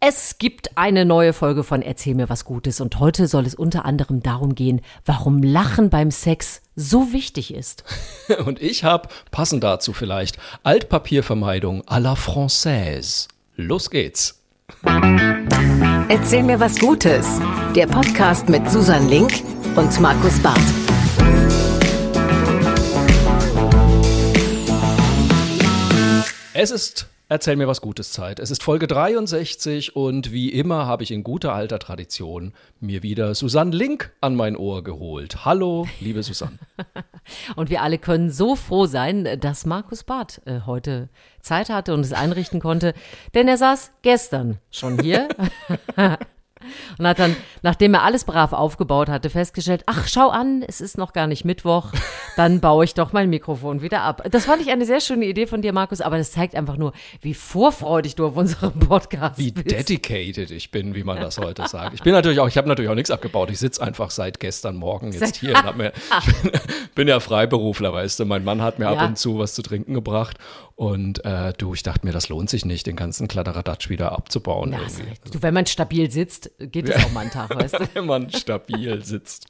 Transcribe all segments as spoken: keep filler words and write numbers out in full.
Es gibt eine neue Folge von Erzähl mir was Gutes und heute soll es unter anderem darum gehen, warum Lachen beim Sex so wichtig ist. Und ich habe, passend dazu vielleicht, Altpapiervermeidung à la Française. Los geht's. Erzähl mir was Gutes. Der Podcast mit Susan Link und Markus Barth. Es ist Erzähl mir was Gutes Zeit. Es ist Folge dreiundsechzig und wie immer habe ich in guter alter Tradition mir wieder Susanne Link an mein Ohr geholt. Hallo, liebe Susanne. Und wir alle können so froh sein, dass Markus Barth äh, heute Zeit hatte und es einrichten konnte, denn er saß gestern schon hier. Und hat dann, nachdem er alles brav aufgebaut hatte, festgestellt, ach, schau an, es ist noch gar nicht Mittwoch, dann baue ich doch mein Mikrofon wieder ab. Das fand ich eine sehr schöne Idee von dir, Markus, aber das zeigt einfach nur, wie vorfreudig du auf unserem Podcast wie bist. Wie dedicated ich bin, wie man das heute sagt. Ich bin natürlich auch, ich habe natürlich auch nichts abgebaut. Ich sitze einfach seit gestern Morgen jetzt hier und hab mir, bin, bin ja Freiberufler, weißt du. Mein Mann hat mir ja. ab und zu was zu trinken gebracht und äh, du, ich dachte mir, das lohnt sich nicht, den ganzen Kladderadatsch wieder abzubauen. Ja, du, wenn man stabil sitzt, geht es auch mal einen Tag, weißt du? Wenn man stabil sitzt.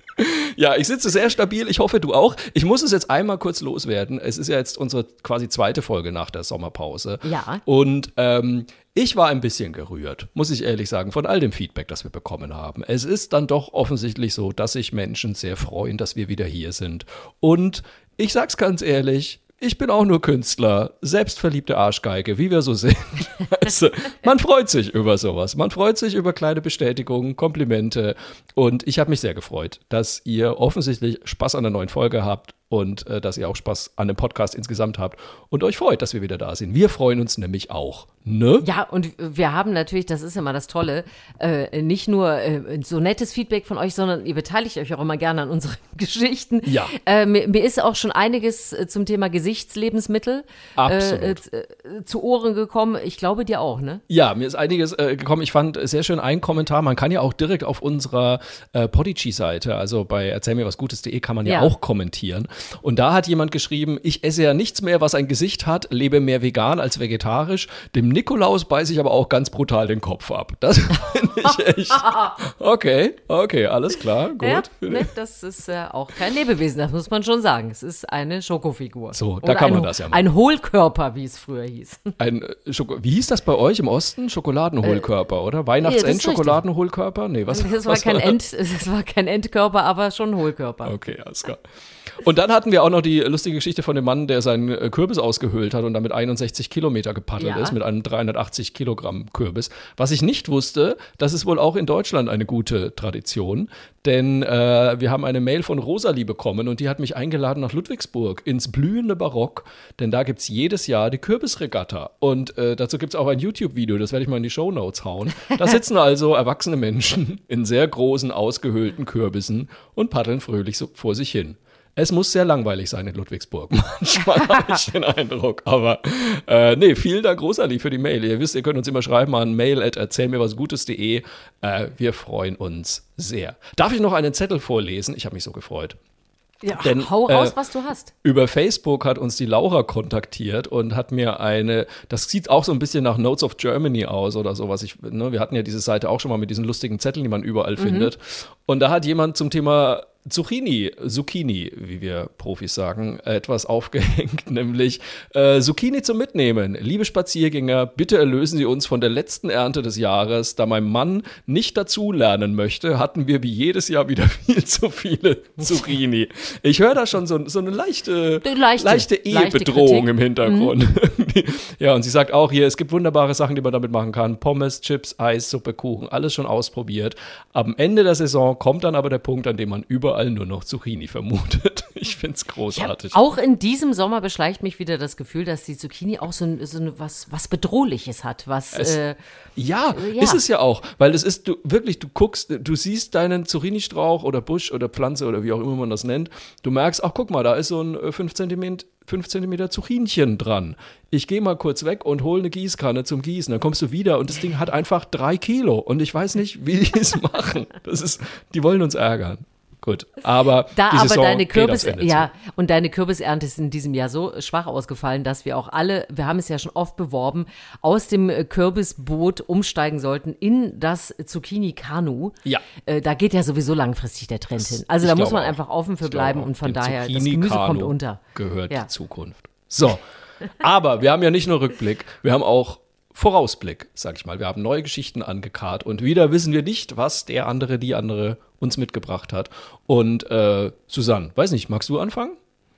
Ja, ich sitze sehr stabil, ich hoffe, du auch. Ich muss es jetzt einmal kurz loswerden. Es ist ja jetzt unsere quasi zweite Folge nach der Sommerpause. Ja. Und ähm, ich war ein bisschen gerührt, muss ich ehrlich sagen, von all dem Feedback, das wir bekommen haben. Es ist dann doch offensichtlich so, dass sich Menschen sehr freuen, dass wir wieder hier sind. Und ich sag's ganz ehrlich, ich bin auch nur Künstler, selbstverliebte Arschgeige, wie wir so sind. Also, man freut sich über sowas. Man freut sich über kleine Bestätigungen, Komplimente. Und ich habe mich sehr gefreut, dass ihr offensichtlich Spaß an der neuen Folge habt und äh, dass ihr auch Spaß an dem Podcast insgesamt habt und euch freut, dass wir wieder da sind. Wir freuen uns nämlich auch, ne? Ja, und wir haben natürlich, das ist immer das Tolle, äh, nicht nur äh, so nettes Feedback von euch, sondern ihr beteiligt euch auch immer gerne an unseren Geschichten. Ja. Äh, mir, mir ist auch schon einiges äh, zum Thema Gesichtslebensmittel Absolut. Äh, äh, zu Ohren gekommen. Ich glaube, dir auch, ne? Ja, mir ist einiges äh, gekommen. Ich fand sehr schön einen Kommentar. Man kann ja auch direkt auf unserer äh, Podigy-Seite, also bei erzähl mir was Gutes punkt de, kann man ja, ja auch kommentieren. Und da hat jemand geschrieben, ich esse ja nichts mehr, was ein Gesicht hat, lebe mehr vegan als vegetarisch. Dem Nikolaus beiße ich aber auch ganz brutal den Kopf ab. Das finde ich echt. Okay, okay, alles klar, gut. Ja, ne, das ist äh, auch kein Lebewesen, das muss man schon sagen. Es ist eine Schokofigur. So, da Oder kann man ein, das ja machen. Ein Hohlkörper, wie es früher hieß. Ein Schoko- wie hieß das bei euch im Osten? Schokoladenhohlkörper, äh, oder? Weihnachtsend-Schokoladenhohlkörper? Nee, was, das war was kein war End, das war kein Endkörper, aber schon ein Hohlkörper. Okay, alles klar. Und dann hatten wir auch noch die lustige Geschichte von dem Mann, der seinen Kürbis ausgehöhlt hat und damit einundsechzig Kilometer gepaddelt ja. ist mit einem dreihundertachtzig Kilogramm Kürbis. Was ich nicht wusste, das ist wohl auch in Deutschland eine gute Tradition, denn äh, wir haben eine Mail von Rosalie bekommen und die hat mich eingeladen nach Ludwigsburg ins blühende Barock, denn da gibt's jedes Jahr die Kürbisregatta und äh, dazu gibt's auch ein YouTube-Video, das werde ich mal in die Shownotes hauen. Da sitzen also erwachsene Menschen in sehr großen, ausgehöhlten Kürbissen und paddeln fröhlich so vor sich hin. Es muss sehr langweilig sein in Ludwigsburg. Manchmal habe ich den Eindruck. Aber äh, nee, vielen Dank, Rosalie, für die Mail. Ihr wisst, ihr könnt uns immer schreiben an mail at erzähl mir was Gutes punkt de. Äh, wir freuen uns sehr. Darf ich noch einen Zettel vorlesen? Ich habe mich so gefreut. Ja, Denn, hau raus, äh, was du hast. Über Facebook hat uns die Laura kontaktiert und hat mir eine, das sieht auch so ein bisschen nach Notes of Germany aus oder sowas. Ich, ne, wir hatten ja diese Seite auch schon mal mit diesen lustigen Zetteln, die man überall mhm. findet. Und da hat jemand zum Thema Zucchini, Zucchini, wie wir Profis sagen, etwas aufgehängt, nämlich äh, Zucchini zum Mitnehmen. Liebe Spaziergänger, bitte erlösen Sie uns von der letzten Ernte des Jahres. Da mein Mann nicht dazu lernen möchte, hatten wir wie jedes Jahr wieder viel zu viele Zucchini. Ich höre da schon so, so eine leichte, leichte, leichte Ehebedrohung im Hintergrund. Mhm. Ja, und sie sagt auch hier, es gibt wunderbare Sachen, die man damit machen kann. Pommes, Chips, Eis, Suppe, Kuchen, alles schon ausprobiert. Am Ende der Saison kommt dann aber der Punkt, an dem man überall nur noch Zucchini vermutet. Ich finde es großartig. Ja, auch in diesem Sommer beschleicht mich wieder das Gefühl, dass die Zucchini auch so, ein, so ein, was, was Bedrohliches hat. Was, es, äh, ja, ja, ist es ja auch. Weil es ist, du wirklich, du guckst, du siehst deinen Zucchini-Strauch oder Busch oder Pflanze oder wie auch immer man das nennt. Du merkst, ach guck mal, da ist so ein fünf Zentimeter Zucchinchen dran. Ich gehe mal kurz weg und hole eine Gießkanne zum Gießen. Dann kommst du wieder und das Ding hat einfach drei Kilo. Und ich weiß nicht, wie die es machen. Das ist, die wollen uns ärgern. Gut, aber da die aber Saison deine Kürbis, geht aufs Ende ja, zu. und deine Kürbisernte ist in diesem Jahr so schwach ausgefallen, dass wir auch alle, wir haben es ja schon oft beworben, aus dem Kürbisboot umsteigen sollten in das Zucchini-Kanu. Ja. Äh, da geht ja sowieso langfristig der Trend hin. Also Ich da muss glaube man auch. einfach offen für Ich glaube bleiben auch. und von Dem daher, das Zucchini-Kanu Gemüse kommt unter. Gehört Ja. die Zukunft. So, aber wir haben ja nicht nur Rückblick, wir haben auch Vorausblick, sag ich mal. Wir haben neue Geschichten angekarrt und wieder wissen wir nicht, was der andere, die andere uns mitgebracht hat. Und äh, Susanne, weiß nicht, magst du anfangen?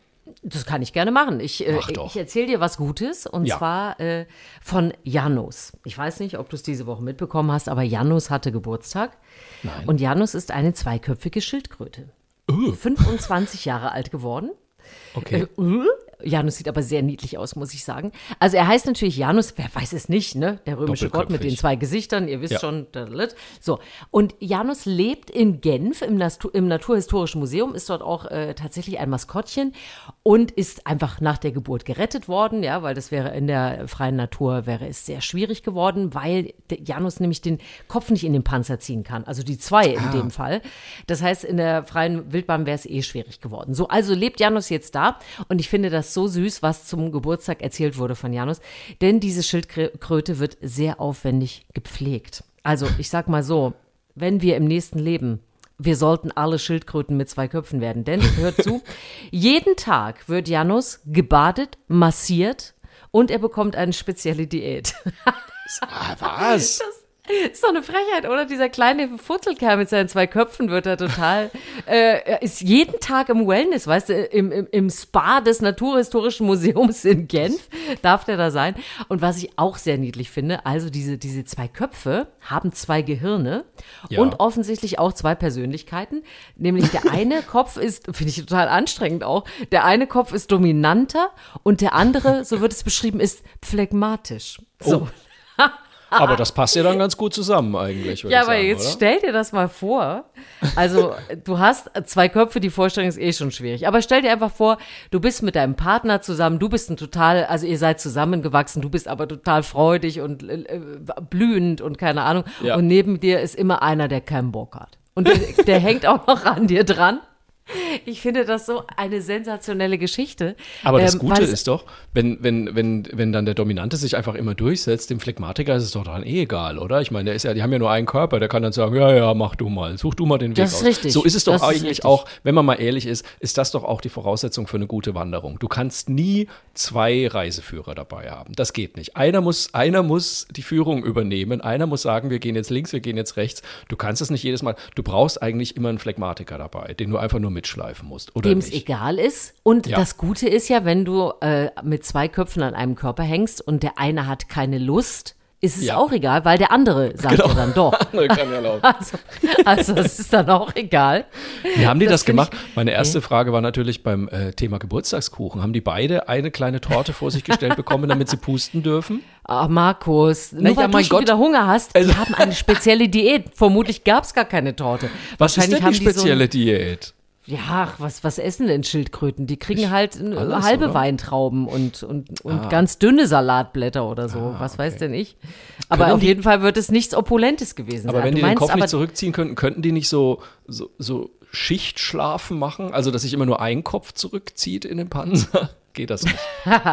Das kann ich gerne machen. Ich, äh, Mach doch. ich erzähle dir was Gutes und Ja. zwar äh, von Janus. Ich weiß nicht, ob du es diese Woche mitbekommen hast, aber Janus hatte Geburtstag. Nein. Und Janus ist eine zweiköpfige Schildkröte. Uh. fünfundzwanzig Jahre alt geworden. Okay. Äh, uh, Janus sieht aber sehr niedlich aus, muss ich sagen. Also er heißt natürlich Janus, wer weiß es nicht, ne? Der römische Gott mit den Doppelköpfig. zwei Gesichtern, ihr wisst Ja. schon. So, und Janus lebt in Genf im, Natu- im Naturhistorischen Museum, ist dort auch äh, tatsächlich ein Maskottchen und ist einfach nach der Geburt gerettet worden, ja, weil das wäre in der freien Natur, wäre es sehr schwierig geworden, weil der Janus nämlich den Kopf nicht in den Panzer ziehen kann, also die zwei in dem Fall. Das heißt, in der freien Wildbahn wäre es eh schwierig geworden. So, also lebt Janus jetzt da und ich finde das so süß, was zum Geburtstag erzählt wurde von Janus, denn diese Schildkröte wird sehr aufwendig gepflegt. Also ich sag mal so, wenn wir im nächsten Leben, wir sollten alle Schildkröten mit zwei Köpfen werden, denn, hört zu, jeden Tag wird Janus gebadet, massiert und er bekommt eine spezielle Diät. Ah, was? Ist doch eine Frechheit, oder? Dieser kleine Futzelkerl mit seinen zwei Köpfen wird da total, äh, er ist jeden Tag im Wellness, weißt du, im, im, im Spa des Naturhistorischen Museums in Genf darf der da sein. Und was ich auch sehr niedlich finde, also diese, diese zwei Köpfe haben zwei Gehirne Ja. und offensichtlich auch zwei Persönlichkeiten. Nämlich der eine Kopf ist, finde ich total anstrengend auch, der eine Kopf ist dominanter und der andere, so wird es beschrieben, ist phlegmatisch. So. Oh. Aber das passt ja dann ganz gut zusammen eigentlich, würde Ja, ich aber sagen, jetzt oder? stell dir das mal vor. Also, du hast zwei Köpfe, die Vorstellung ist eh schon schwierig. Aber stell dir einfach vor, du bist mit deinem Partner zusammen, du bist ein total, also ihr seid zusammengewachsen, du bist aber total freudig und äh, blühend und keine Ahnung. Ja. Und neben dir ist immer einer, der keinen Bock hat. Und der, der hängt auch noch an dir dran. Ich finde das so eine sensationelle Geschichte. Aber das ähm, Gute weil es- ist doch, wenn, wenn, wenn, wenn dann der Dominante sich einfach immer durchsetzt, dem Phlegmatiker ist es doch dann eh egal, oder? Ich meine, der ist ja, die haben ja nur einen Körper, der kann dann sagen, ja, ja, mach du mal, such du mal den Weg Das ist aus. richtig. So ist es doch Das ist eigentlich richtig. auch, wenn man mal ehrlich ist, ist das doch auch die Voraussetzung für eine gute Wanderung. Du kannst nie zwei Reiseführer dabei haben. Das geht nicht. Einer muss, einer muss die Führung übernehmen, einer muss sagen, wir gehen jetzt links, wir gehen jetzt rechts. Du kannst es nicht jedes Mal, du brauchst eigentlich immer einen Phlegmatiker dabei, den du einfach nur mitschleifen musst, oder dem es nicht? egal ist. Und Ja. das Gute ist ja, wenn du äh, mit zwei Köpfen an einem Körper hängst und der eine hat keine Lust, ist es Ja. auch egal, weil der andere sagt Genau. ja dann doch. Andere kann ja laufen. Also, also das ist dann auch egal. Wie haben die das, Das find gemacht? Meine erste Frage war natürlich beim äh, Thema Geburtstagskuchen. Haben die beide eine kleine Torte vor sich gestellt bekommen, damit sie pusten dürfen? Ah, Markus, nur Na weil ja, du mein schon Gott. wieder Hunger hast, Also- die haben eine spezielle Diät. Vermutlich gab es gar keine Torte. Was ist Wahrscheinlich denn haben die die so ein- spezielle Diät? Ja, ach, was, was essen denn Schildkröten? Die kriegen halt äh, alles, halbe oder? Weintrauben und, und, und Ah. ganz dünne Salatblätter oder so. was weiß denn ich? Aber Können auf die- jeden Fall wird es nichts Opulentes gewesen Aber sein. wenn Du die den meinst Kopf aber, nicht zurückziehen könnten, könnten die nicht so, so, so Schichtschlafen machen? Also, dass sich immer nur ein Kopf zurückzieht in den Panzer? Geht das nicht?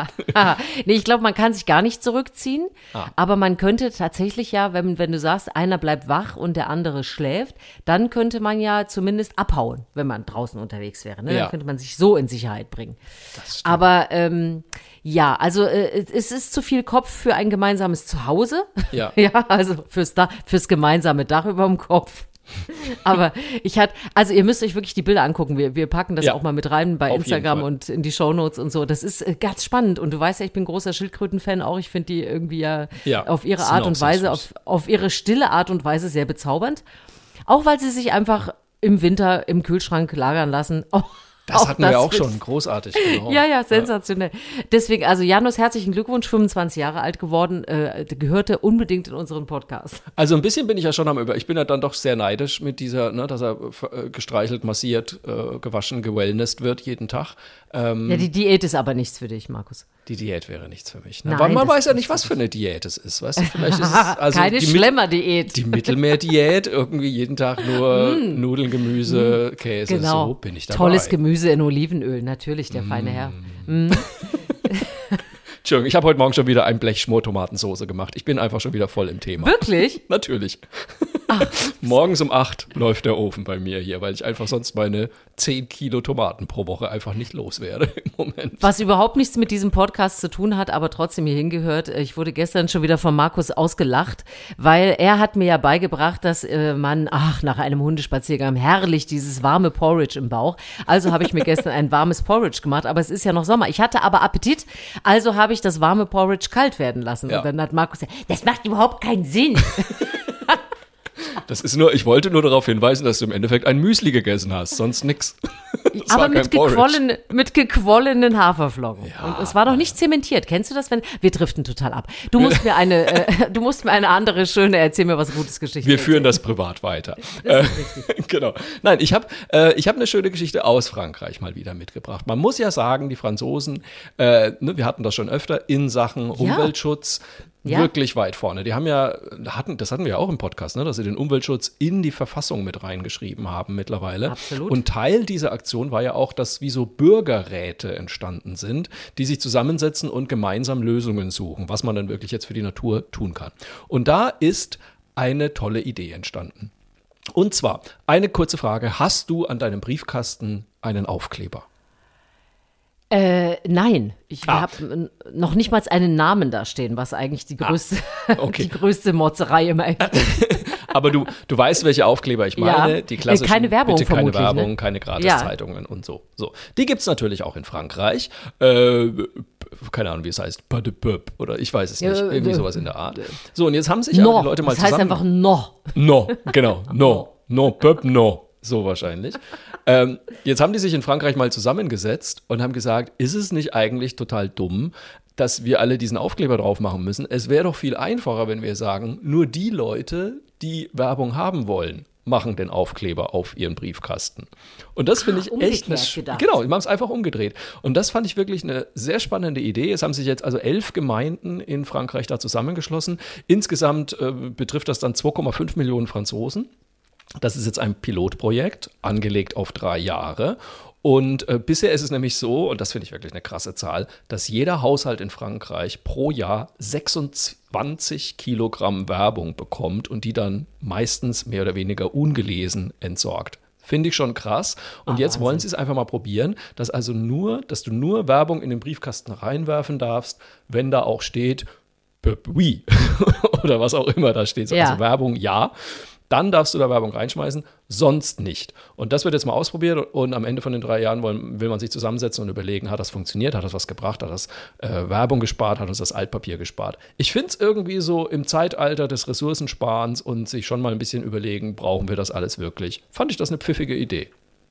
nee, ich glaube, man kann sich gar nicht zurückziehen, Ah. aber man könnte tatsächlich ja, wenn, wenn du sagst, einer bleibt wach und der andere schläft, dann könnte man ja zumindest abhauen, wenn man draußen unterwegs wäre. Ne? Ja. Dann könnte man sich so in Sicherheit bringen. Das stimmt. Aber ähm, ja, also äh, es ist zu viel Kopf für ein gemeinsames Zuhause. Ja. ja, also fürs, da fürs gemeinsame Dach über dem Kopf. Aber ich hatte, also ihr müsst euch wirklich die Bilder angucken. Wir, wir packen das Ja. auch mal mit rein bei Auf jeden Instagram Fall. und in die Shownotes und so. Das ist äh, ganz spannend. Und du weißt ja, ich bin großer Schildkröten-Fan auch. Ich finde die irgendwie ja, Ja, auf ihre sind Art auch und sehr Weise, süß. auf, auf ihre stille Art und Weise sehr bezaubernd. Auch weil sie sich einfach im Winter im Kühlschrank lagern lassen. Auch, Das hatten wir auch wird- schon. Großartig. Genau. Ja, ja, sensationell. Deswegen, also Janus, herzlichen Glückwunsch, fünfundzwanzig Jahre alt geworden, äh, gehörte unbedingt in unseren Podcast. Also ein bisschen bin ich ja schon am Über. Ich bin ja dann doch sehr neidisch mit dieser, ne, dass er äh, gestreichelt, massiert, äh, gewaschen, gewellnest wird jeden Tag. Ähm, Ja, die Diät ist aber nichts für dich, Markus. Die Diät wäre nichts für mich. Ne? Nein, Weil man das weiß ja ist nicht, was nicht für eine Diät es ist. Weißt du, vielleicht ist es also Keine die, Mit- Schlemmerdiät. die Mittelmeerdiät, irgendwie jeden Tag nur Nudeln, Gemüse, Käse. Genau. So bin ich dabei. Tolles Gemüse in Olivenöl, natürlich, der feine Herr. Entschuldigung, ich habe heute Morgen schon wieder ein Blech Schmortomatensoße gemacht. Ich bin einfach schon wieder voll im Thema. Wirklich? Natürlich. Morgens um acht läuft der Ofen bei mir hier, weil ich einfach sonst meine zehn Kilo Tomaten pro Woche einfach nicht loswerde im Moment. Was überhaupt nichts mit diesem Podcast zu tun hat, aber trotzdem hier hingehört. Ich wurde gestern schon wieder von Markus ausgelacht, weil er hat mir ja beigebracht, dass äh, man, ach, nach einem Hundespaziergang herrlich dieses warme Porridge im Bauch. Also habe ich mir gestern ein warmes Porridge gemacht, aber es ist ja noch Sommer. Ich hatte aber Appetit, also habe ich das warme Porridge kalt werden lassen. Ja. Und dann hat Markus gesagt, das macht überhaupt keinen Sinn. Das ist nur, ich wollte nur darauf hinweisen, dass du im Endeffekt ein Müsli gegessen hast, sonst nix. Das aber war mit, kein Porridge. gequollen, mit gequollenen Haferflocken. Ja. Und es war noch nicht zementiert. Kennst du das? Wenn wir driften total ab. Du musst mir eine, äh, du musst mir eine andere schöne, erzähl mir was Gutes Geschichte. Wir führen das privat weiter. Äh, genau. Nein, ich habe äh, ich hab eine schöne Geschichte aus Frankreich mal wieder mitgebracht. Man muss ja sagen, die Franzosen, äh, ne, wir hatten das schon öfter, in Sachen Umweltschutz Ja. wirklich weit vorne. Die haben ja, hatten, das hatten wir ja auch im Podcast, ne, dass sie den Umweltschutz in die Verfassung mit reingeschrieben haben mittlerweile. Absolut. Und Teil dieser Aktion war ja auch, dass wie so Bürgerräte entstanden sind, die sich zusammensetzen und gemeinsam Lösungen suchen, was man dann wirklich jetzt für die Natur tun kann. Und da ist eine tolle Idee entstanden. Und zwar, eine kurze Frage, hast du an deinem Briefkasten einen Aufkleber? Äh, nein, ich Ah. habe noch nicht mal einen Namen da stehen, was eigentlich die größte, okay. die größte Motzerei immer ist. Aber du, du weißt, welche Aufkleber ich meine. Ja. Die klassischen, Äh, keine Werbung bitte keine vermutlich, Werbung, ne? keine Gratiszeitungen und so. so. Die gibt es natürlich auch in Frankreich. Äh, keine Ahnung, wie es heißt. Pas de peuple oder ich weiß es nicht. Ja, Irgendwie äh, sowas in der Art. So, und jetzt haben sich No, alle Leute mal das heißt zusammen... einfach no. No, genau, no, no, peuple, no. So wahrscheinlich. ähm, jetzt haben die sich in Frankreich mal zusammengesetzt und haben gesagt, ist es nicht eigentlich total dumm, dass wir alle diesen Aufkleber drauf machen müssen? Es wäre doch viel einfacher, wenn wir sagen, nur die Leute, die Werbung haben wollen, machen den Aufkleber auf ihren Briefkasten. Und das finde ich echt eine, umgekehrt gedacht. genau, wir haben es einfach umgedreht. Und das fand ich wirklich eine sehr spannende Idee. Es haben sich jetzt also elf Gemeinden in Frankreich da zusammengeschlossen. Insgesamt äh, betrifft das dann zwei Komma fünf Millionen Franzosen. Das ist jetzt ein Pilotprojekt, angelegt auf drei Jahre. Und äh, bisher ist es nämlich so, und das finde ich wirklich eine krasse Zahl, dass jeder Haushalt in Frankreich pro Jahr sechsundzwanzig Kilogramm Werbung bekommt und die dann meistens mehr oder weniger ungelesen entsorgt. Finde ich schon krass. Und Ah, jetzt Wahnsinn. wollen sie es einfach mal probieren, dass also nur, dass du nur Werbung in den Briefkasten reinwerfen darfst, wenn da auch steht, Peuple, oui, oder was auch immer da steht. Ja. Also Werbung, ja. Dann darfst du da Werbung reinschmeißen, sonst nicht. Und das wird jetzt mal ausprobiert und am Ende von den drei Jahren wollen, will man sich zusammensetzen und überlegen, hat das funktioniert, hat das was gebracht, hat das äh, Werbung gespart, hat uns das Altpapier gespart. Ich finde es irgendwie so im Zeitalter des Ressourcensparens und sich schon mal ein bisschen überlegen, brauchen wir das alles wirklich? Fand ich das eine pfiffige Idee.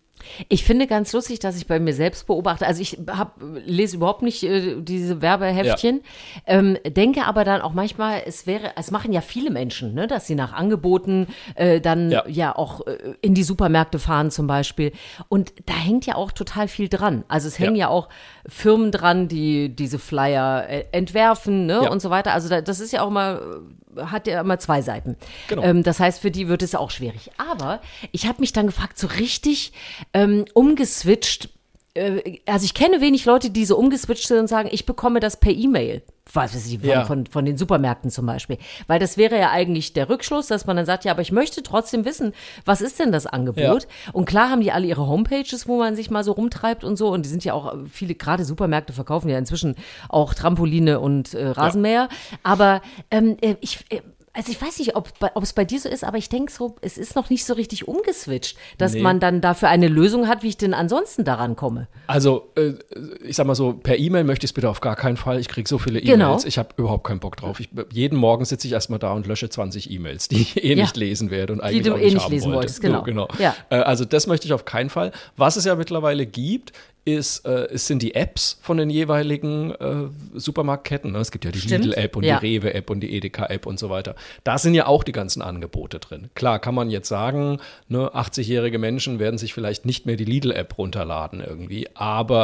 Ich finde ganz lustig, dass ich bei mir selbst beobachte, also ich hab, lese überhaupt nicht äh, diese Werbeheftchen, ähm, denke aber dann auch manchmal, es wäre, es machen ja viele Menschen, ne, dass sie nach Angeboten äh, dann ja, Ja. auch äh, in die Supermärkte fahren zum Beispiel und da hängt ja auch total viel dran. Also es hängen ja, Ja. auch Firmen dran, die diese Flyer äh, entwerfen, ne, Ja. und so weiter. Also da, das ist ja auch mal, hat ja immer zwei Seiten. Genau. Ähm, das heißt, für die wird es auch schwierig. Aber ich habe mich dann gefragt, so richtig ähm, umgeswitcht. Äh, also ich kenne wenig Leute, die so umgeswitcht sind und sagen, ich bekomme das per E-Mail. Was weiß ich, von, Ja. von, von den Supermärkten zum Beispiel. Weil das wäre ja eigentlich der Rückschluss, dass man dann sagt, ja, aber ich möchte trotzdem wissen, was ist denn das Angebot? Und klar haben die alle ihre Homepages, wo man sich mal so rumtreibt und so. Und die sind ja auch, viele, gerade Supermärkte verkaufen ja inzwischen auch Trampoline und äh, Rasenmäher. Aber ähm, äh, ich... Äh, Also ich weiß nicht, ob bei- ob es bei dir so ist, aber ich denke so, es ist noch nicht so richtig umgeswitcht, dass Nee. man dann dafür eine Lösung hat, wie ich denn ansonsten daran komme. Also, äh, ich sag mal so, per E-Mail möchte ich es bitte auf gar keinen Fall. Ich kriege so viele E-Mails, Genau. ich habe überhaupt keinen Bock drauf. Ich, jeden Morgen sitze ich erstmal da und lösche zwanzig E-Mails, die ich eh Ja. nicht lesen werde und eigentlich du auch eh nicht nicht haben lesen wollte. wolltest, genau. So, genau. Ja. Äh, also das möchte ich auf keinen Fall. Was es ja mittlerweile gibt, ist, äh, es sind die Apps von den jeweiligen äh, Supermarktketten. Ne? Es gibt ja die Stimmt. Lidl-App und Ja. die Rewe-App und die Edeka-App und so weiter. Da sind ja auch die ganzen Angebote drin. Klar, kann man jetzt sagen, ne, achtzig-jährige Menschen werden sich vielleicht nicht mehr die Lidl-App runterladen irgendwie, aber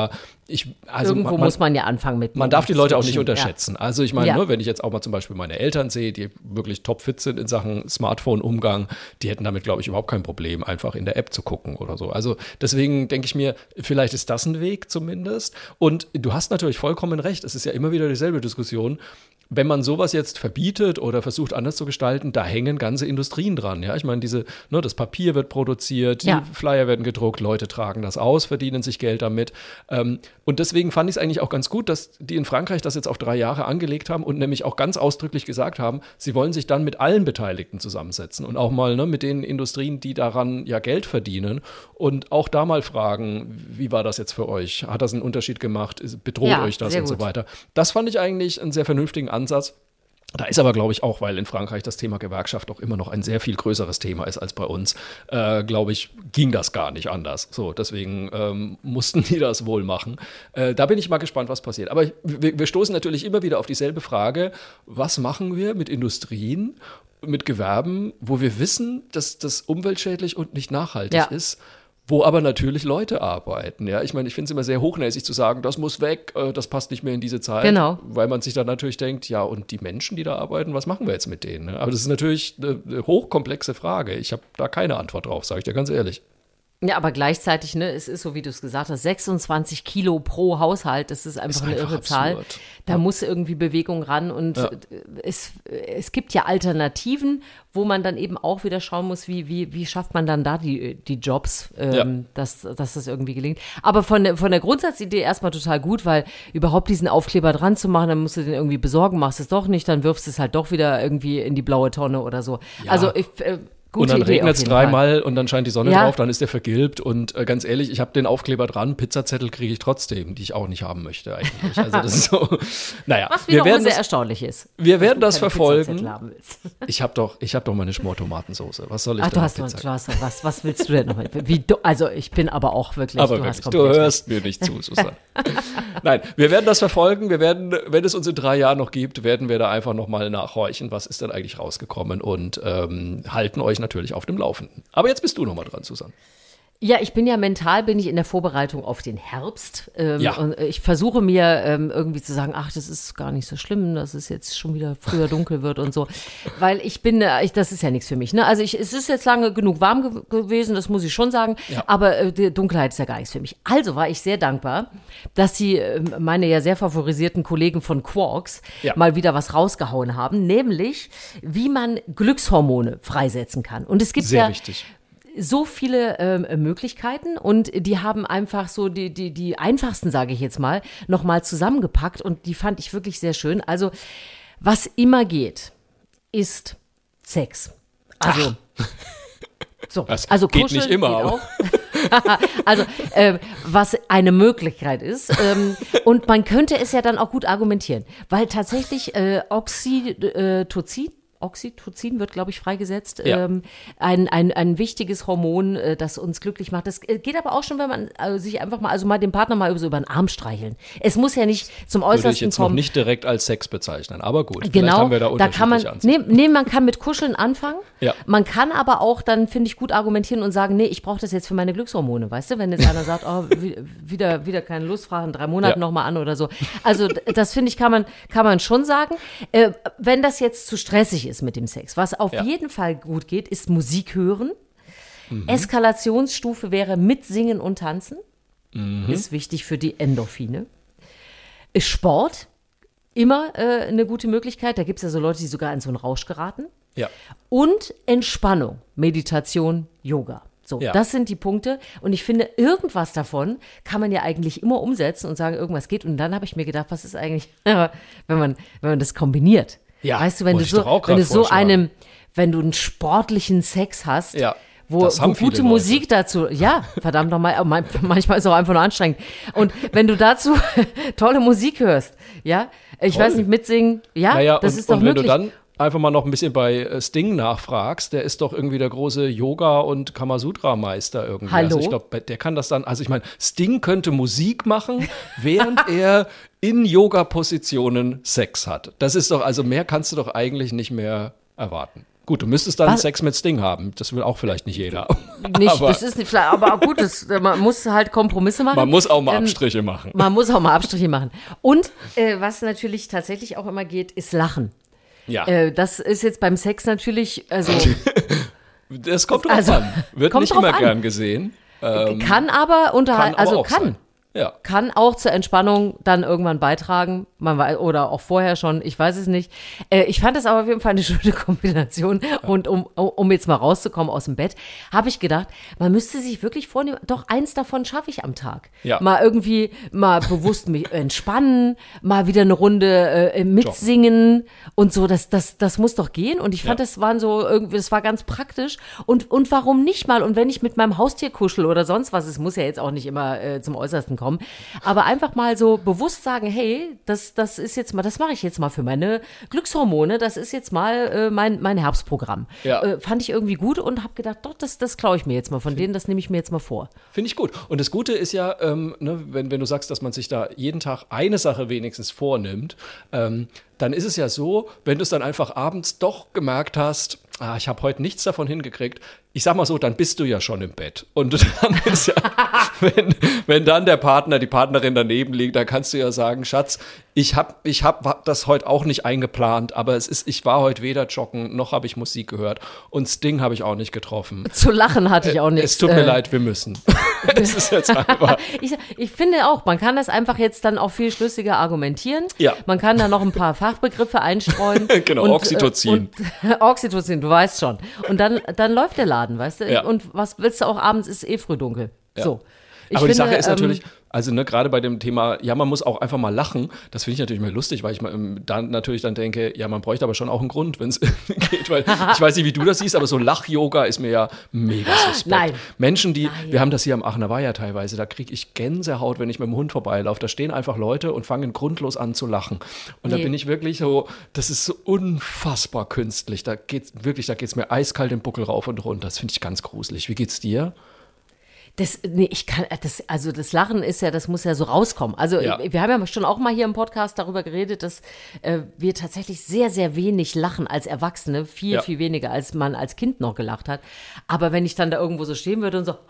ich, also Irgendwo man, muss man ja anfangen mit. Man darf die Leute auch nicht Switchen, unterschätzen. Ja. Also ich meine, Ja. ne, wenn ich jetzt auch mal zum Beispiel meine Eltern sehe, die wirklich topfit sind in Sachen Smartphone-Umgang, die hätten damit, glaube ich, überhaupt kein Problem, einfach in der App zu gucken oder so. Also deswegen denke ich mir, vielleicht ist das ein Weg zumindest. Und du hast natürlich vollkommen recht, es ist ja immer wieder dieselbe Diskussion. Wenn man sowas jetzt verbietet oder versucht anders zu gestalten, da hängen ganze Industrien dran. Ja, ich meine, diese, ne, das Papier wird produziert, die Ja. Flyer werden gedruckt, Leute tragen das aus, verdienen sich Geld damit. Ähm, und deswegen fand ich es eigentlich auch ganz gut, dass die in Frankreich das jetzt auf drei Jahre angelegt haben und nämlich auch ganz ausdrücklich gesagt haben, sie wollen sich dann mit allen Beteiligten zusammensetzen und auch mal ne, mit den Industrien, die daran ja Geld verdienen und auch da mal fragen, wie war das jetzt für euch? Hat das einen Unterschied gemacht? Bedroht Ja, euch das sehr und so gut. weiter? Das fand ich eigentlich einen sehr vernünftigen Ansatz. Da ist aber, glaube ich, auch, weil in Frankreich das Thema Gewerkschaft auch immer noch ein sehr viel größeres Thema ist als bei uns, äh, glaube ich, ging das gar nicht anders. So, deswegen ähm, mussten die das wohl machen. Äh, da bin ich mal gespannt, was passiert. Aber wir, wir stoßen natürlich immer wieder auf dieselbe Frage, was machen wir mit Industrien, mit Gewerben, wo wir wissen, dass das umweltschädlich und nicht nachhaltig Ja. ist, wo aber natürlich Leute arbeiten. Ja, ich meine, ich finde es immer sehr hochnäsig zu sagen, das muss weg, äh, das passt nicht mehr in diese Zeit. Genau. Weil man sich dann natürlich denkt, ja, und die Menschen, die da arbeiten, was machen wir jetzt mit denen? Ne? Aber das ist natürlich eine, eine hochkomplexe Frage. Ich habe da keine Antwort drauf, sage ich dir ganz ehrlich. Ja, aber gleichzeitig, ne, es ist so, wie du es gesagt hast, sechsundzwanzig Kilo pro Haushalt, das ist einfach Ist eine einfach irre Zahl. absurd. Da Ja. muss irgendwie Bewegung ran und Ja. es, es gibt ja Alternativen, wo man dann eben auch wieder schauen muss, wie, wie, wie schafft man dann da die, die Jobs, ähm, Ja. dass, dass das irgendwie gelingt. Aber von der, von der Grundsatzidee erstmal total gut, weil überhaupt diesen Aufkleber dran zu machen, dann musst du den irgendwie besorgen, machst es doch nicht, dann wirfst du es halt doch wieder irgendwie in die blaue Tonne oder so. Ja. Also ich äh, Und dann regnet es dreimal und dann scheint die Sonne Ja. drauf, dann ist der vergilbt. Und äh, ganz ehrlich, ich habe den Aufkleber dran, Pizzazettel kriege ich trotzdem, die ich auch nicht haben möchte eigentlich. Also das ist so, naja, Was wir wiederum werden sehr das, erstaunlich ist. wir werden dass das du keine verfolgen. Pizzazettel haben willst. Ich habe doch, ich hab doch meine Schmortomatensoße. Was soll ich Ach, denn du auf hast, noch, Pizza? du hast noch was. Was willst du denn noch? Wie du, also ich bin aber auch wirklich, Aber du wirklich, hast du komplett hörst mir nicht zu, Susanne. Nein, wir werden das verfolgen. Wir werden, wenn es uns in drei Jahren noch gibt, werden wir da einfach nochmal nachhorchen, was ist denn eigentlich rausgekommen und ähm, halten euch natürlich auf dem Laufenden. Aber jetzt bist du nochmal dran, Susanne. Ja, ich bin ja mental, bin ich in der Vorbereitung auf den Herbst. Ähm, Ja. Und ich versuche mir ähm, irgendwie zu sagen, ach, das ist gar nicht so schlimm, dass es jetzt schon wieder früher dunkel wird und so. Weil ich bin, äh, ich, das ist ja nichts für mich. Ne? Also ich, es ist jetzt lange genug warm ge gewesen, das muss ich schon sagen. Ja. Aber äh, die Dunkelheit ist ja gar nichts für mich. Also war ich sehr dankbar, dass die, äh, meine ja sehr favorisierten Kollegen von Quarks Ja. mal wieder was rausgehauen haben. Nämlich, wie man Glückshormone freisetzen kann. Und es gibt Sehr ja wichtig. so viele ähm, Möglichkeiten und die haben einfach so die, die, die einfachsten, sage ich jetzt mal, nochmal zusammengepackt und die fand ich wirklich sehr schön. Also, was immer geht, ist Sex. Also, so, Das also geht kuscheln nicht immer, geht aber- auch. Also, äh, was eine Möglichkeit ist. Ähm, und man könnte es ja dann auch gut argumentieren, weil tatsächlich äh, Oxytocin, Oxytocin wird, glaube ich, freigesetzt. Ja. Ähm, ein, ein, ein wichtiges Hormon, äh, das uns glücklich macht. Das äh, geht aber auch schon, wenn man äh, sich einfach mal, also mal den Partner mal so über den Arm streicheln. Es muss ja nicht zum Würde ich Äußersten jetzt noch kommen. nicht direkt als Sex bezeichnen, aber gut. Vielleicht Genau, haben wir da da kann man, unterschiedliche nee, Ansichten. nee, man kann mit Kuscheln anfangen. Ja. Man kann aber auch dann, finde ich, gut argumentieren und sagen, nee, ich brauche das jetzt für meine Glückshormone, weißt du? Wenn jetzt einer sagt, oh, wie- wieder, wieder keine Lust, frag in drei Monaten Ja. nochmal an oder so. Also d- das, finde ich, kann man, kann man schon sagen. Äh, wenn das jetzt zu stressig ist mit dem Sex, was auf Ja. jeden Fall gut geht, ist Musik hören. Mhm. Eskalationsstufe wäre mitsingen und tanzen. Mhm. Ist wichtig für die Endorphine. Ist Sport immer äh, eine gute Möglichkeit. Da gibt es ja so Leute, die sogar in so einen Rausch geraten. Ja. Und Entspannung, Meditation, Yoga. So, Ja. das sind die Punkte. Und ich finde, irgendwas davon kann man ja eigentlich immer umsetzen und sagen, irgendwas geht. Und dann habe ich mir gedacht, was ist eigentlich, wenn man, wenn man das kombiniert? Ja, weißt du, wenn du wollte ich so, doch auch wenn grad du so vorschlagen. einem, wenn du einen sportlichen Sex hast, Ja, wo, das wo haben viele gute Leute. Musik dazu, ja, verdammt nochmal, manchmal ist es auch einfach nur anstrengend. Und wenn du dazu tolle Musik hörst, ja, ich Toll. weiß nicht, mitsingen, ja, Naja, das und, ist doch und wenn möglich. du dann einfach mal noch ein bisschen bei äh, Sting nachfragst, der ist doch irgendwie der große Yoga- und Kamasutra-Meister irgendwie. Hallo? Also ich glaube, der kann das dann, also ich meine, Sting könnte Musik machen, während er in Yoga-Positionen Sex hat. Das ist doch, also mehr kannst du doch eigentlich nicht mehr erwarten. Gut, du müsstest dann Was? Sex mit Sting haben. Das will auch vielleicht nicht jeder. Nicht, aber das ist nicht, aber gut, das, man muss halt Kompromisse machen. man muss auch mal Ähm, Abstriche machen. Man muss auch mal Abstriche machen. Und äh, was natürlich tatsächlich auch immer geht, ist Lachen. Ja, Äh, das ist jetzt beim Sex natürlich, also das kommt drauf also, an. Wird kommt nicht drauf immer an. gern gesehen. Ähm, kann aber unterhalten, aber also auch kann. sein. Ja. Kann auch zur Entspannung dann irgendwann beitragen, man weiß, oder auch vorher schon, ich weiß es nicht. Äh, ich fand das aber auf jeden Fall eine schöne Kombination. Und um, um jetzt mal rauszukommen aus dem Bett, habe ich gedacht, man müsste sich wirklich vornehmen, doch eins davon schaffe ich am Tag. Ja. Mal irgendwie, mal bewusst mich entspannen, mal wieder eine Runde äh, mitsingen und so, das, das, das muss doch gehen. Und ich fand, Ja. das waren so irgendwie, das war ganz praktisch. Und, und warum nicht mal? Und wenn ich mit meinem Haustier kuschel oder sonst was, es muss ja jetzt auch nicht immer äh, zum Äußersten kommen, aber einfach mal so bewusst sagen, hey, das, das ist jetzt mal, das mache ich jetzt mal für meine Glückshormone, das ist jetzt mal äh, mein, mein Herbstprogramm. Ja. Äh, fand ich irgendwie gut und habe gedacht, doch, das, das klaue ich mir jetzt mal von denen, das nehme ich mir jetzt mal vor. Finde ich gut. Und das Gute ist ja, ähm, ne, wenn, wenn du sagst, dass man sich da jeden Tag eine Sache wenigstens vornimmt, ähm, dann ist es ja so, wenn du es dann einfach abends doch gemerkt hast, ah, ich habe heute nichts davon hingekriegt, ich sag mal so, dann bist du ja schon im Bett. Und dann ist ja, wenn, wenn dann der Partner, die Partnerin daneben liegt, dann kannst du ja sagen, Schatz, ich habe ich hab das heute auch nicht eingeplant, aber es ist, ich war heute weder joggen, noch habe ich Musik gehört und Sting habe ich auch nicht getroffen. Zu lachen hatte ich auch nicht. Es tut mir leid, wir müssen. Es ist jetzt einfach. Ich, ich finde auch, man kann das einfach jetzt dann auch viel schlüssiger argumentieren. Ja. Man kann da noch ein paar Fachbegriffe einstreuen. Genau, und, Oxytocin. Äh, und, Oxytocin, du weißt schon. Und dann, dann läuft der Laden, weißt du? Ja. Und was willst du auch abends, ist eh früh dunkel. Ja. So. Ich Aber finde, die Sache ist ähm, natürlich, also ne, gerade bei dem Thema, ja, man muss auch einfach mal lachen, das finde ich natürlich mal lustig, weil ich mal, ähm, dann natürlich dann denke, ja, man bräuchte aber schon auch einen Grund, wenn es geht, weil ich weiß nicht, wie du das siehst, aber so Lach-Yoga ist mir ja mega suspekt. Nein. Menschen, die, Nein. wir haben das hier am Aachener Weiher teilweise, da kriege ich Gänsehaut, wenn ich mit dem Hund vorbeilaufe, da stehen einfach Leute und fangen grundlos an zu lachen. Und da Nee. bin ich wirklich so, das ist so unfassbar künstlich, da geht's wirklich, da geht's mir eiskalt den Buckel rauf und runter, das finde ich ganz gruselig. Wie geht's dir? Das, nee, ich kann, das, also das Lachen ist ja, das muss ja so rauskommen. Also Ja. wir haben ja schon auch mal hier im Podcast darüber geredet, dass äh, wir tatsächlich sehr, sehr wenig lachen als Erwachsene, viel, Ja. viel weniger, als man als Kind noch gelacht hat. Aber wenn ich dann da irgendwo so stehen würde und so,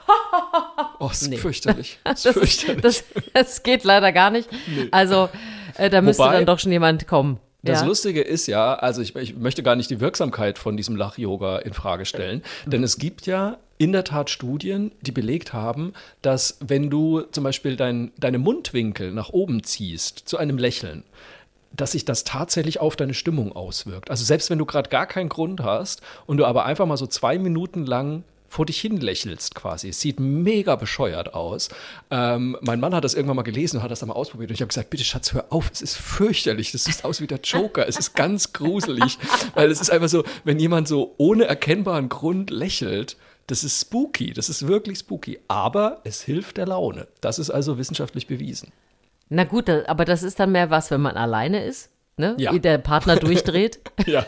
Oh, das ist Nee. fürchterlich. Das ist das, fürchterlich. ist, das, das geht leider gar nicht. Also äh, da müsste Wobei- dann doch schon jemand kommen. Das ja. Lustige ist ja, also ich, ich möchte gar nicht die Wirksamkeit von diesem Lach-Yoga in Frage stellen, denn es gibt ja in der Tat Studien, die belegt haben, dass wenn du zum Beispiel dein, deine Mundwinkel nach oben ziehst zu einem Lächeln, dass sich das tatsächlich auf deine Stimmung auswirkt. Also selbst wenn du gerade gar keinen Grund hast und du aber einfach mal so zwei Minuten lang vor dich hin lächelst quasi. Es sieht mega bescheuert aus. Ähm, mein Mann hat das irgendwann mal gelesen und hat das dann mal ausprobiert. Und ich habe gesagt, bitte Schatz, hör auf, es ist fürchterlich. Das sieht aus wie der Joker. Es ist ganz gruselig. Weil es ist einfach so, wenn jemand so ohne erkennbaren Grund lächelt, das ist spooky. Das ist wirklich spooky. Aber es hilft der Laune. Das ist also wissenschaftlich bewiesen. Na gut, da- aber das ist dann mehr was, wenn man alleine ist, ne? Ja. Wie der Partner durchdreht. Ja.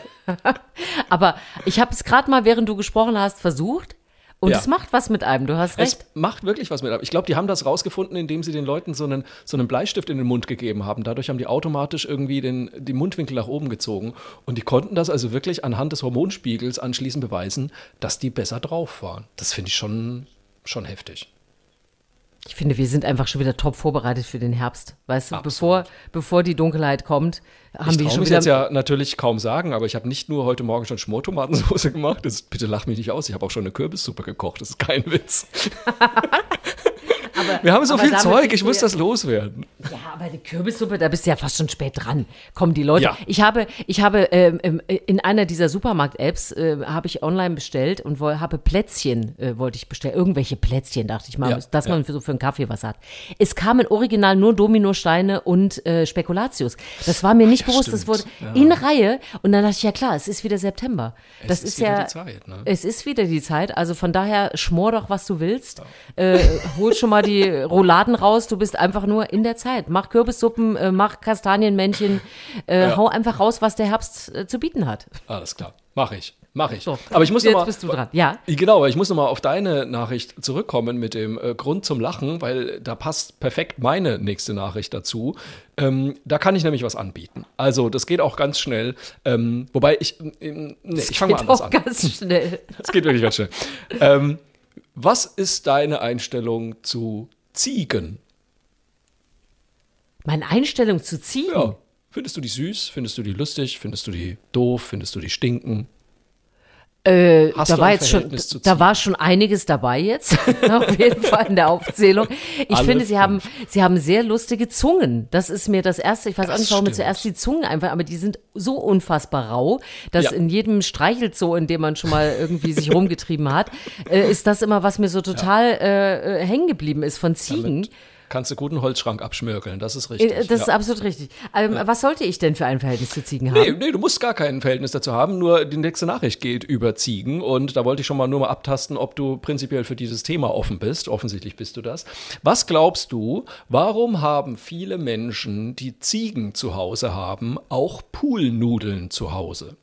Aber ich habe es gerade mal, während du gesprochen hast, versucht. Und Ja. es macht was mit einem, du hast recht. Es macht wirklich was mit. Ich glaube, die haben das rausgefunden, indem sie den Leuten so einen, so einen Bleistift in den Mund gegeben haben. Dadurch haben die automatisch irgendwie den, die Mundwinkel nach oben gezogen. Und die konnten das also wirklich anhand des Hormonspiegels anschließend beweisen, dass die besser drauf waren. Das finde ich schon, schon heftig. Ich finde, wir sind einfach schon wieder top vorbereitet für den Herbst. Weißt du, Absolut. bevor, bevor die Dunkelheit kommt, haben Ich wir traue schon mich wieder. jetzt ja natürlich kaum sagen, aber ich habe nicht nur heute Morgen schon Schmortomatensauce gemacht. Das, bitte lach mich nicht aus. Ich habe auch schon eine Kürbissuppe gekocht. Das ist kein Witz. aber, Wir haben so aber viel damit Zeug. bist Ich du muss ja- das loswerden. Ja, aber die Kürbissuppe, da bist du ja fast schon spät dran. Kommen die Leute. Ja. Ich habe, ich habe ähm, ähm, in einer dieser Supermarkt-Apps äh, habe ich online bestellt und woll, habe Plätzchen, äh, wollte ich bestellen. Irgendwelche Plätzchen, dachte ich mal, Ja, dass ja. man für, so für einen Kaffee was hat. Es kamen original nur Dominosteine und äh, Spekulatius. Das war mir nicht ja, bewusst. Das stimmt. wurde Ja. in Reihe. Und dann dachte ich, ja klar, es ist wieder September. Das ist ist, wieder ja, die Zeit, ne? es ist wieder die Zeit. Also von daher schmor doch, was du willst. Äh, hol schon mal die Rouladen raus. Du bist einfach nur in der Zeit. Mach Kürbissuppen, äh, mach Kastanienmännchen, äh, Ja. hau einfach raus, was der Herbst äh, zu bieten hat. Alles klar, mache ich. Mache ich. So, Aber ich muss jetzt noch mal, bist du dran. Ja. Genau, aber ich muss noch mal auf deine Nachricht zurückkommen mit dem äh, Grund zum Lachen, weil da passt perfekt meine nächste Nachricht dazu. Ähm, da kann ich nämlich was anbieten. Also das geht auch ganz schnell. Ähm, wobei ich, ähm, nee, ich fange mal Geht anders auch an. ganz schnell. Das geht wirklich ganz schnell. Ähm, was ist deine Einstellung zu Ziegen? Meine Einstellung zu Ziegen? Ja. Findest du die süß? Findest du die lustig? Findest du die doof? Findest du die stinken? Äh, Hast da du war ein jetzt schon, Verhältnis zu da Ziegen? war schon einiges dabei jetzt, auf jeden Fall in der Aufzählung. Ich Alle finde, sie fünf. haben, sie haben sehr lustige Zungen. Das ist mir das Erste. Ich weiß Das auch nicht, warum mir stimmt. zuerst die Zungen einfach, aber die sind so unfassbar rau, dass Ja. in jedem Streichelzoo, in dem man schon mal irgendwie sich rumgetrieben hat, äh, ist das immer, was mir so total äh, äh, hängen geblieben ist von Ziegen. Damit kannst du guten Holzschrank abschmirgeln, das ist richtig. Äh, Das ist ja. absolut richtig. Ähm, Was sollte ich denn für ein Verhältnis zu Ziegen Nee, haben? nee, du musst gar kein Verhältnis dazu haben, nur die nächste Nachricht geht über Ziegen und da wollte ich schon mal nur mal abtasten, ob du prinzipiell für dieses Thema offen bist. Offensichtlich bist du das. Was glaubst du, warum haben viele Menschen, die Ziegen zu Hause haben, auch Poolnudeln zu Hause?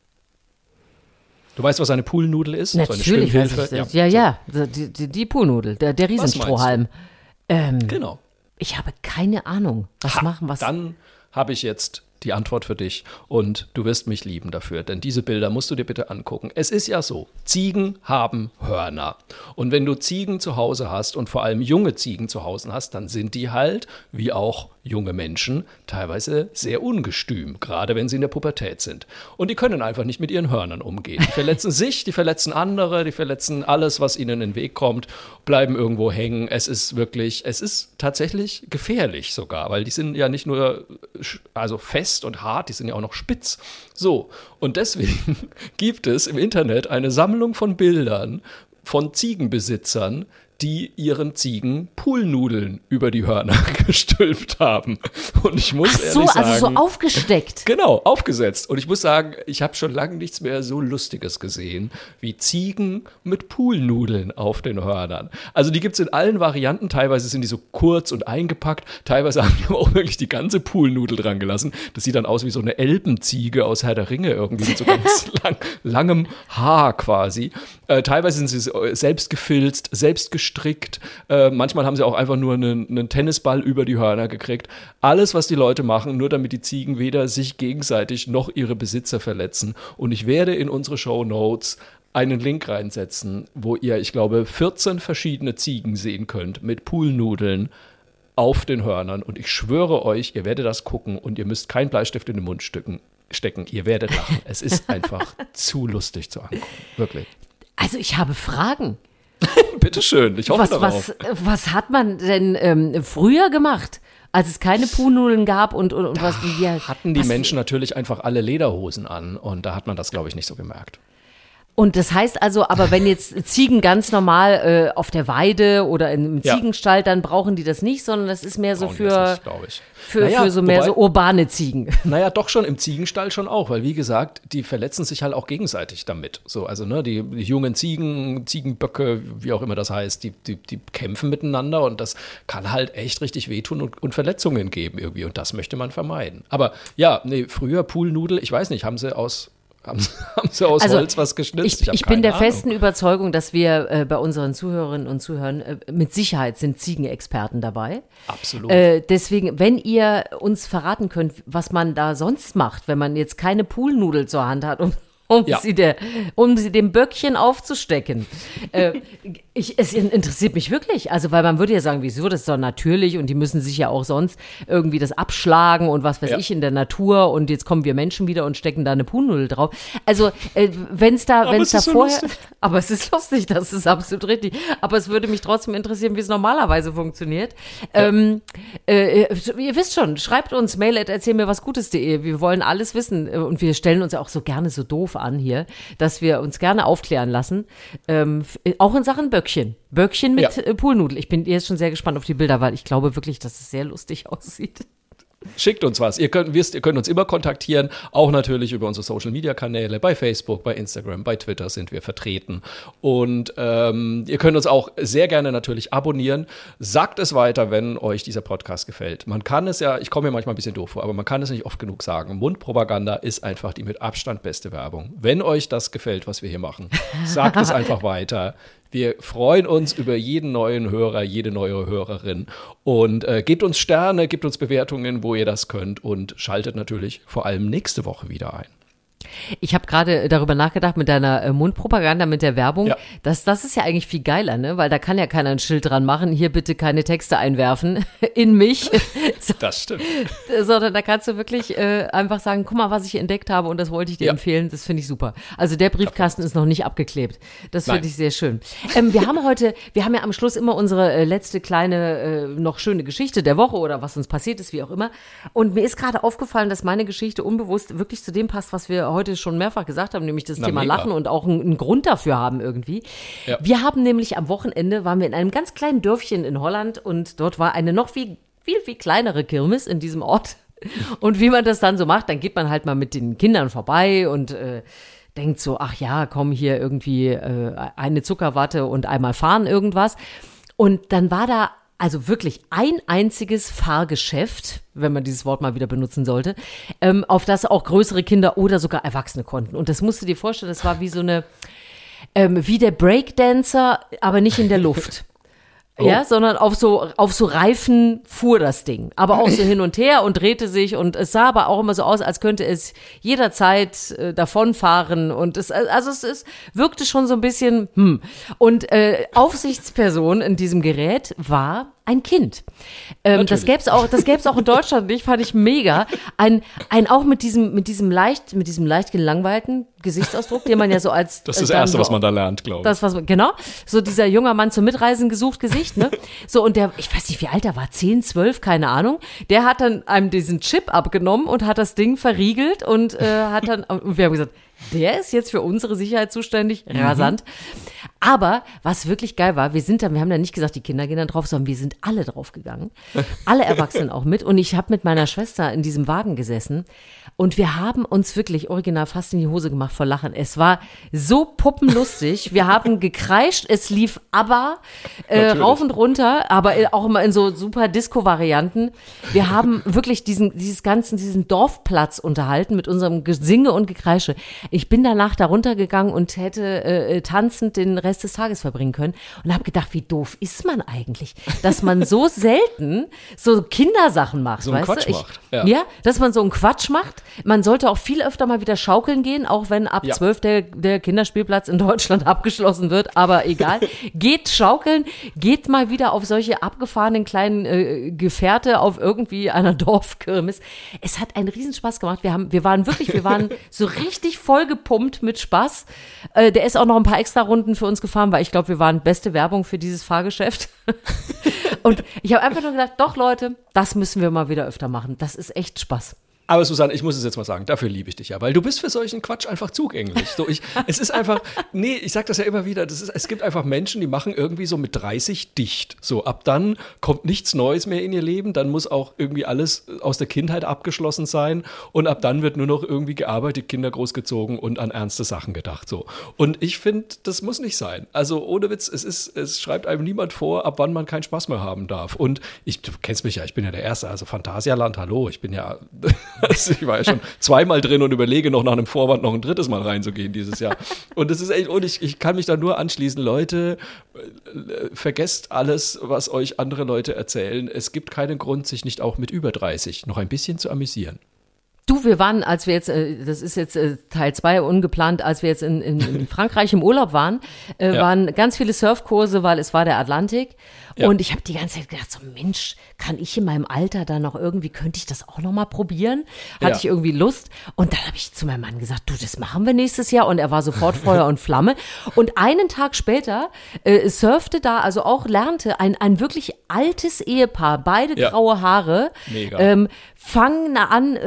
Du weißt, was eine Poolnudel ist? Natürlich so eine weiß Schwimmhilfe? ich das. Ja, ja, die, die, die Poolnudel, der, der meinst du? Riesenstrohhalm. Ähm, Genau. Ich habe keine Ahnung. Was Ha, machen, was. Dann habe ich jetzt die Antwort für dich und du wirst mich lieben dafür, denn diese Bilder musst du dir bitte angucken. Es ist ja so, Ziegen haben Hörner und wenn du Ziegen zu Hause hast und vor allem junge Ziegen zu Hause hast, dann sind die halt, wie auch junge Menschen, teilweise sehr ungestüm, gerade wenn sie in der Pubertät sind. Und die können einfach nicht mit ihren Hörnern umgehen. Die verletzen sich, die verletzen andere, die verletzen alles, was ihnen in den Weg kommt, bleiben irgendwo hängen. Es ist wirklich, es ist tatsächlich gefährlich sogar, weil die sind ja nicht nur sch- also fest und hart, die sind ja auch noch spitz. So, und deswegen gibt es im Internet eine Sammlung von Bildern von Ziegenbesitzern, die ihren Ziegen Poolnudeln über die Hörner gestülpt haben. Und ich muss Ach so, ehrlich sagen, also so aufgesteckt. genau, aufgesetzt. Und ich muss sagen, ich habe schon lange nichts mehr so Lustiges gesehen, wie Ziegen mit Poolnudeln auf den Hörnern. Also die gibt es in allen Varianten. Teilweise sind die so kurz und eingepackt. Teilweise haben die aber auch wirklich die ganze Poolnudel dran gelassen. Das sieht dann aus wie so eine Elbenziege aus Herr der Ringe irgendwie mit so ganz lang, langem Haar quasi. Äh, teilweise sind sie so, äh, selbst gefilzt, selbst gestrickt. Äh, manchmal haben sie auch einfach nur einen, einen Tennisball über die Hörner gekriegt. Alles, was die Leute machen, nur damit die Ziegen weder sich gegenseitig noch ihre Besitzer verletzen. Und ich werde in unsere Shownotes einen Link reinsetzen, wo ihr, ich glaube, vierzehn verschiedene Ziegen sehen könnt mit Poolnudeln auf den Hörnern. Und ich schwöre euch, ihr werdet das gucken und ihr müsst keinen Bleistift in den Mund stecken. stecken. Ihr werdet lachen. Es ist einfach zu lustig zu angucken. Wirklich. Also ich habe Fragen. Bitteschön, ich hoffe Was, darauf. was, was hat man denn ähm, früher gemacht, als es keine Poolnudeln gab und, und, und was? Ja, Hatten die was, Menschen natürlich einfach alle Lederhosen an und da hat man das, glaube ich, nicht so gemerkt. Und das heißt also, aber wenn jetzt Ziegen ganz normal äh, auf der Weide oder im Ja. Ziegenstall, dann brauchen die das nicht, sondern das ist mehr so Brauchen die das für, nicht, glaube ich. für, Naja, für so mehr wobei- so urbane Ziegen. Naja, doch schon im Ziegenstall schon auch, weil wie gesagt, die verletzen sich halt auch gegenseitig damit. So, also ne, die, die jungen Ziegen, Ziegenböcke, wie auch immer das heißt, die, die, die kämpfen miteinander und das kann halt echt richtig wehtun und, und Verletzungen geben irgendwie und das möchte man vermeiden. Aber ja, nee, früher Poolnudel, ich weiß nicht, haben sie aus, haben, haben sie aus Also, Holz was geschnitzt? Ich, hab ich bin keine der Ahnung. festen Überzeugung, dass wir äh, bei unseren Zuhörerinnen und Zuhörern äh, mit Sicherheit sind Ziegenexperten dabei. Absolut. Äh, deswegen, wenn ihr uns verraten könnt, was man da sonst macht, wenn man jetzt keine Poolnudel zur Hand hat, um, um, Ja. sie, der, um sie dem Böckchen aufzustecken. äh, ich, es interessiert mich wirklich. Also, weil man würde ja sagen, wieso, das ist doch natürlich und die müssen sich ja auch sonst irgendwie das abschlagen und was weiß Ja. ich in der Natur und jetzt kommen wir Menschen wieder und stecken da eine Poolnudel drauf. Also, äh, wenn es da, Aber wenn es es da ist so vorher, lustig. aber es ist lustig, das ist absolut richtig. Aber es würde mich trotzdem interessieren, wie es normalerweise funktioniert. Ähm, äh, ihr wisst schon, schreibt uns Mail at erzähl mir was Gutes punkt de. Wir wollen alles wissen äh, und wir stellen uns ja auch so gerne so doof an hier, dass wir uns gerne aufklären lassen. Ähm, f- äh, auch in Sachen Böckchen. Böckchen mit Ja. äh, Poolnudel. Ich bin jetzt schon sehr gespannt auf die Bilder, weil ich glaube wirklich, dass es sehr lustig aussieht. Schickt uns was. Ihr könnt, wisst, ihr könnt uns immer kontaktieren, auch natürlich über unsere Social-Media-Kanäle. Bei Facebook, bei Instagram, bei Twitter sind wir vertreten. Und ähm, ihr könnt uns auch sehr gerne natürlich abonnieren. Sagt es weiter, wenn euch dieser Podcast gefällt. Man kann es ja, ich komme mir manchmal ein bisschen doof vor, aber man kann es nicht oft genug sagen. Mundpropaganda ist einfach die mit Abstand beste Werbung. Wenn euch das gefällt, was wir hier machen, sagt es einfach weiter. Wir freuen uns über jeden neuen Hörer, jede neue Hörerin und äh, gebt uns Sterne, gebt uns Bewertungen, wo ihr das könnt und schaltet natürlich vor allem nächste Woche wieder ein. Ich habe gerade darüber nachgedacht mit deiner äh, Mundpropaganda, mit der Werbung. Ja. Das, das ist ja eigentlich viel geiler, ne? Weil da kann ja keiner ein Schild dran machen, hier bitte keine Texte einwerfen in mich. so, Das stimmt. Sondern da kannst du wirklich äh, einfach sagen, guck mal, was ich entdeckt habe und das wollte ich dir Ja. empfehlen. Das finde ich super. Also der Briefkasten ist noch nicht abgeklebt. Das finde Nein. ich sehr schön. Ähm, wir haben heute, wir haben ja am Schluss immer unsere äh, letzte kleine, äh, noch schöne Geschichte der Woche oder was uns passiert ist, wie auch immer. Und mir ist gerade aufgefallen, dass meine Geschichte unbewusst wirklich zu dem passt, was wir heute schon mehrfach gesagt haben, nämlich das Na, Thema mega. Lachen und auch einen, einen Grund dafür haben irgendwie. Ja. Wir haben nämlich am Wochenende, waren wir in einem ganz kleinen Dörfchen in Holland und dort war eine noch viel, viel, viel kleinere Kirmes in diesem Ort. Und wie man das dann so macht, dann geht man halt mal mit den Kindern vorbei und äh, denkt so, ach ja, komm hier irgendwie äh, eine Zuckerwatte und einmal fahren irgendwas. Und dann war da also wirklich ein einziges Fahrgeschäft, wenn man dieses Wort mal wieder benutzen sollte, ähm, auf das auch größere Kinder oder sogar Erwachsene konnten. Und das musst du dir vorstellen, das war wie so eine, ähm, wie der Breakdancer, aber nicht in der Luft. Oh. Ja, sondern auf so, auf so Reifen fuhr das Ding. Aber auch so hin und her und drehte sich und es sah aber auch immer so aus, als könnte es jederzeit äh, davonfahren und es, also es ist, wirkte schon so ein bisschen, hm. Und äh, Aufsichtsperson in diesem Gerät war ein Kind. Ähm, das gäb's auch, das gäb's auch in Deutschland nicht, fand ich mega. Ein, ein auch mit diesem, mit diesem leicht, mit diesem leicht gelangweilten Gesichtsausdruck, den man ja so als Das ist das äh, dann Erste, so, was man da lernt, glaube ich. das, was man, genau. So dieser junger Mann zum Mitreisen gesucht Gesicht, ne? So, und der, ich weiß nicht, wie alt er war, zehn, zwölf, keine Ahnung. Der hat dann einem diesen Chip abgenommen und hat das Ding verriegelt und äh, hat dann, und wir haben gesagt, der ist jetzt für unsere Sicherheit zuständig, rasant. Aber was wirklich geil war, wir sind da, wir haben da nicht gesagt, die Kinder gehen dann drauf, sondern wir sind alle drauf gegangen. Alle Erwachsenen auch mit. Und ich habe mit meiner Schwester in diesem Wagen gesessen und wir haben uns wirklich original fast in die Hose gemacht vor Lachen. Es war so puppenlustig. Wir haben gekreischt, es lief aber äh, rauf und runter, aber auch immer in so super Disco-Varianten. Wir haben wirklich diesen, dieses ganzen, diesen Dorfplatz unterhalten mit unserem Gesinge und Gekreische. Ich bin danach da runtergegangen und hätte äh, tanzend den Rest des Tages verbringen können und habe gedacht, wie doof ist man eigentlich, dass man so selten so Kindersachen macht, So einen weißt Quatsch du? Ich, macht, ja. ja, dass man so einen Quatsch macht. Man sollte auch viel öfter mal wieder schaukeln gehen, auch wenn ab Ja. zwölf der, der Kinderspielplatz in Deutschland abgeschlossen wird, aber egal. Geht schaukeln, geht mal wieder auf solche abgefahrenen kleinen äh, Gefährte auf irgendwie einer Dorfkirmes. Es hat einen Riesenspaß gemacht. Wir haben, wir waren wirklich, wir waren so richtig vollgepumpt mit Spaß. Äh, der ist auch noch ein paar extra Runden für uns gefahren, weil ich glaube, wir waren beste Werbung für dieses Fahrgeschäft. Und ich habe einfach nur gedacht, doch Leute, das müssen wir mal wieder öfter machen. Das ist echt Spaß. Aber Susanne, ich muss es jetzt mal sagen, dafür liebe ich dich ja, weil du bist für solchen Quatsch einfach zugänglich. So, ich, es ist einfach, nee, ich sag das ja immer wieder, das ist, es gibt einfach Menschen, die machen irgendwie so mit dreißig dicht. So, ab dann kommt nichts Neues mehr in ihr Leben, dann muss auch irgendwie alles aus der Kindheit abgeschlossen sein und ab dann wird nur noch irgendwie gearbeitet, Kinder großgezogen und an ernste Sachen gedacht. So. Und ich finde, das muss nicht sein. Also ohne Witz, es ist, es schreibt einem niemand vor, ab wann man keinen Spaß mehr haben darf. Und ich, du kennst mich ja, ich bin ja der Erste, also Phantasialand, hallo, ich bin ja ich war ja schon zweimal drin und überlege noch nach einem Vorwand noch ein drittes Mal reinzugehen dieses Jahr. Und das ist echt, und ich, ich kann mich da nur anschließen, Leute, vergesst alles, was euch andere Leute erzählen. Es gibt keinen Grund, sich nicht auch mit über dreißig noch ein bisschen zu amüsieren. Du, wir waren, als wir jetzt, äh, das ist jetzt äh, Teil zwei ungeplant, als wir jetzt in, in, in Frankreich im Urlaub waren, äh, Ja. waren ganz viele Surfkurse, weil es war der Atlantik. Ja. Und ich habe die ganze Zeit gedacht, so Mensch, kann ich in meinem Alter da noch irgendwie, könnte ich das auch noch mal probieren? Hatte Ja. ich irgendwie Lust. Und dann habe ich zu meinem Mann gesagt, du, das machen wir nächstes Jahr. Und er war sofort Feuer und Flamme. Und einen Tag später äh, surfte da, also auch lernte ein, ein wirklich altes Ehepaar, beide Ja. graue Haare, Mega. ähm, fangen an äh, und lernen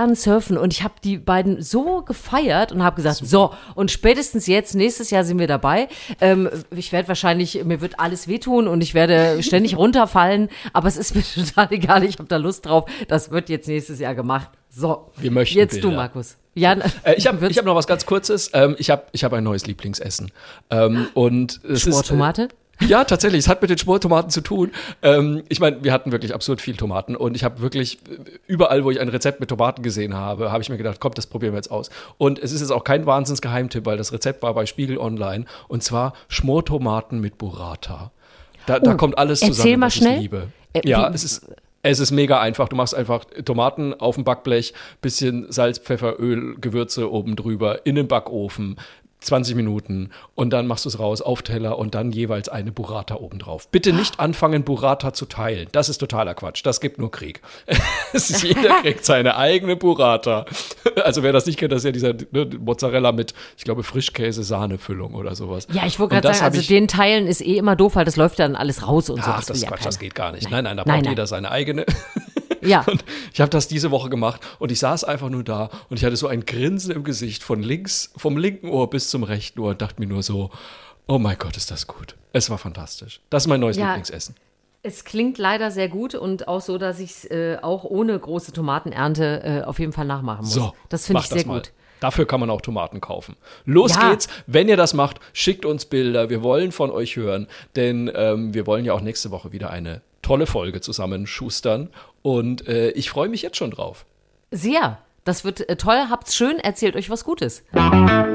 Jahren surfen und ich habe die beiden so gefeiert und habe gesagt, so, und spätestens jetzt, nächstes Jahr sind wir dabei. Ähm, ich werde wahrscheinlich, mir wird alles wehtun und ich werde ständig runterfallen, aber es ist mir total egal, ich habe da Lust drauf. Das wird jetzt nächstes Jahr gemacht. So, wir möchten jetzt Bilder. du, Markus. Ja, äh, ich habe ich hab noch was ganz Kurzes. Ähm, ich habe ich hab ein neues Lieblingsessen. Ähm, und es Schmortomate? Ist, äh, Ja, tatsächlich. Es hat mit den Schmortomaten zu tun. Ähm, ich meine, wir hatten wirklich absurd viel Tomaten und ich habe wirklich überall, wo ich ein Rezept mit Tomaten gesehen habe, habe ich mir gedacht, komm, das probieren wir jetzt aus. Und es ist jetzt auch kein Wahnsinnsgeheimtipp, weil das Rezept war bei Spiegel Online und zwar Schmortomaten mit Burrata. Da, oh, da kommt alles zusammen, erzähl mal was schnell. ich liebe. Äh, ja, wie, es ist Es ist mega einfach. Du machst einfach Tomaten auf dem Backblech, bisschen Salz, Pfeffer, Öl, Gewürze oben drüber, in den Backofen, zwanzig Minuten und dann machst du es raus auf Teller und dann jeweils eine Burrata obendrauf. Bitte nicht anfangen, Burrata zu teilen. Das ist totaler Quatsch. Das gibt nur Krieg. Jeder kriegt seine eigene Burrata. Also wer das nicht kennt, das ist ja dieser ne, Mozzarella mit, ich glaube, Frischkäse-Sahne-Füllung oder sowas. Ja, ich wollte gerade sagen, also ich, den Teilen ist eh immer doof, weil das läuft dann alles raus und so. Ach, das, das ist ja Quatsch, keiner. das geht gar nicht. Nein, nein, nein, da nein, braucht nein. jeder seine eigene. Ja. Und ich habe das diese Woche gemacht und ich saß einfach nur da und ich hatte so ein Grinsen im Gesicht von links, vom linken Ohr bis zum rechten Ohr und dachte mir nur so, oh mein Gott, ist das gut. Es war fantastisch. Das ist mein neues Ja. Lieblingsessen. Es klingt leider sehr gut und auch so, dass ich es äh, auch ohne große Tomatenernte äh, auf jeden Fall nachmachen muss. So, das finde mach ich sehr das mal. gut. Dafür kann man auch Tomaten kaufen. Los Ja. geht's. Wenn ihr das macht, schickt uns Bilder. Wir wollen von euch hören, denn ähm, wir wollen ja auch nächste Woche wieder eine tolle Folge zusammen schustern. Und äh, ich freue mich jetzt schon drauf. Sehr. Das wird äh, toll. Habt's schön. Erzählt euch was Gutes.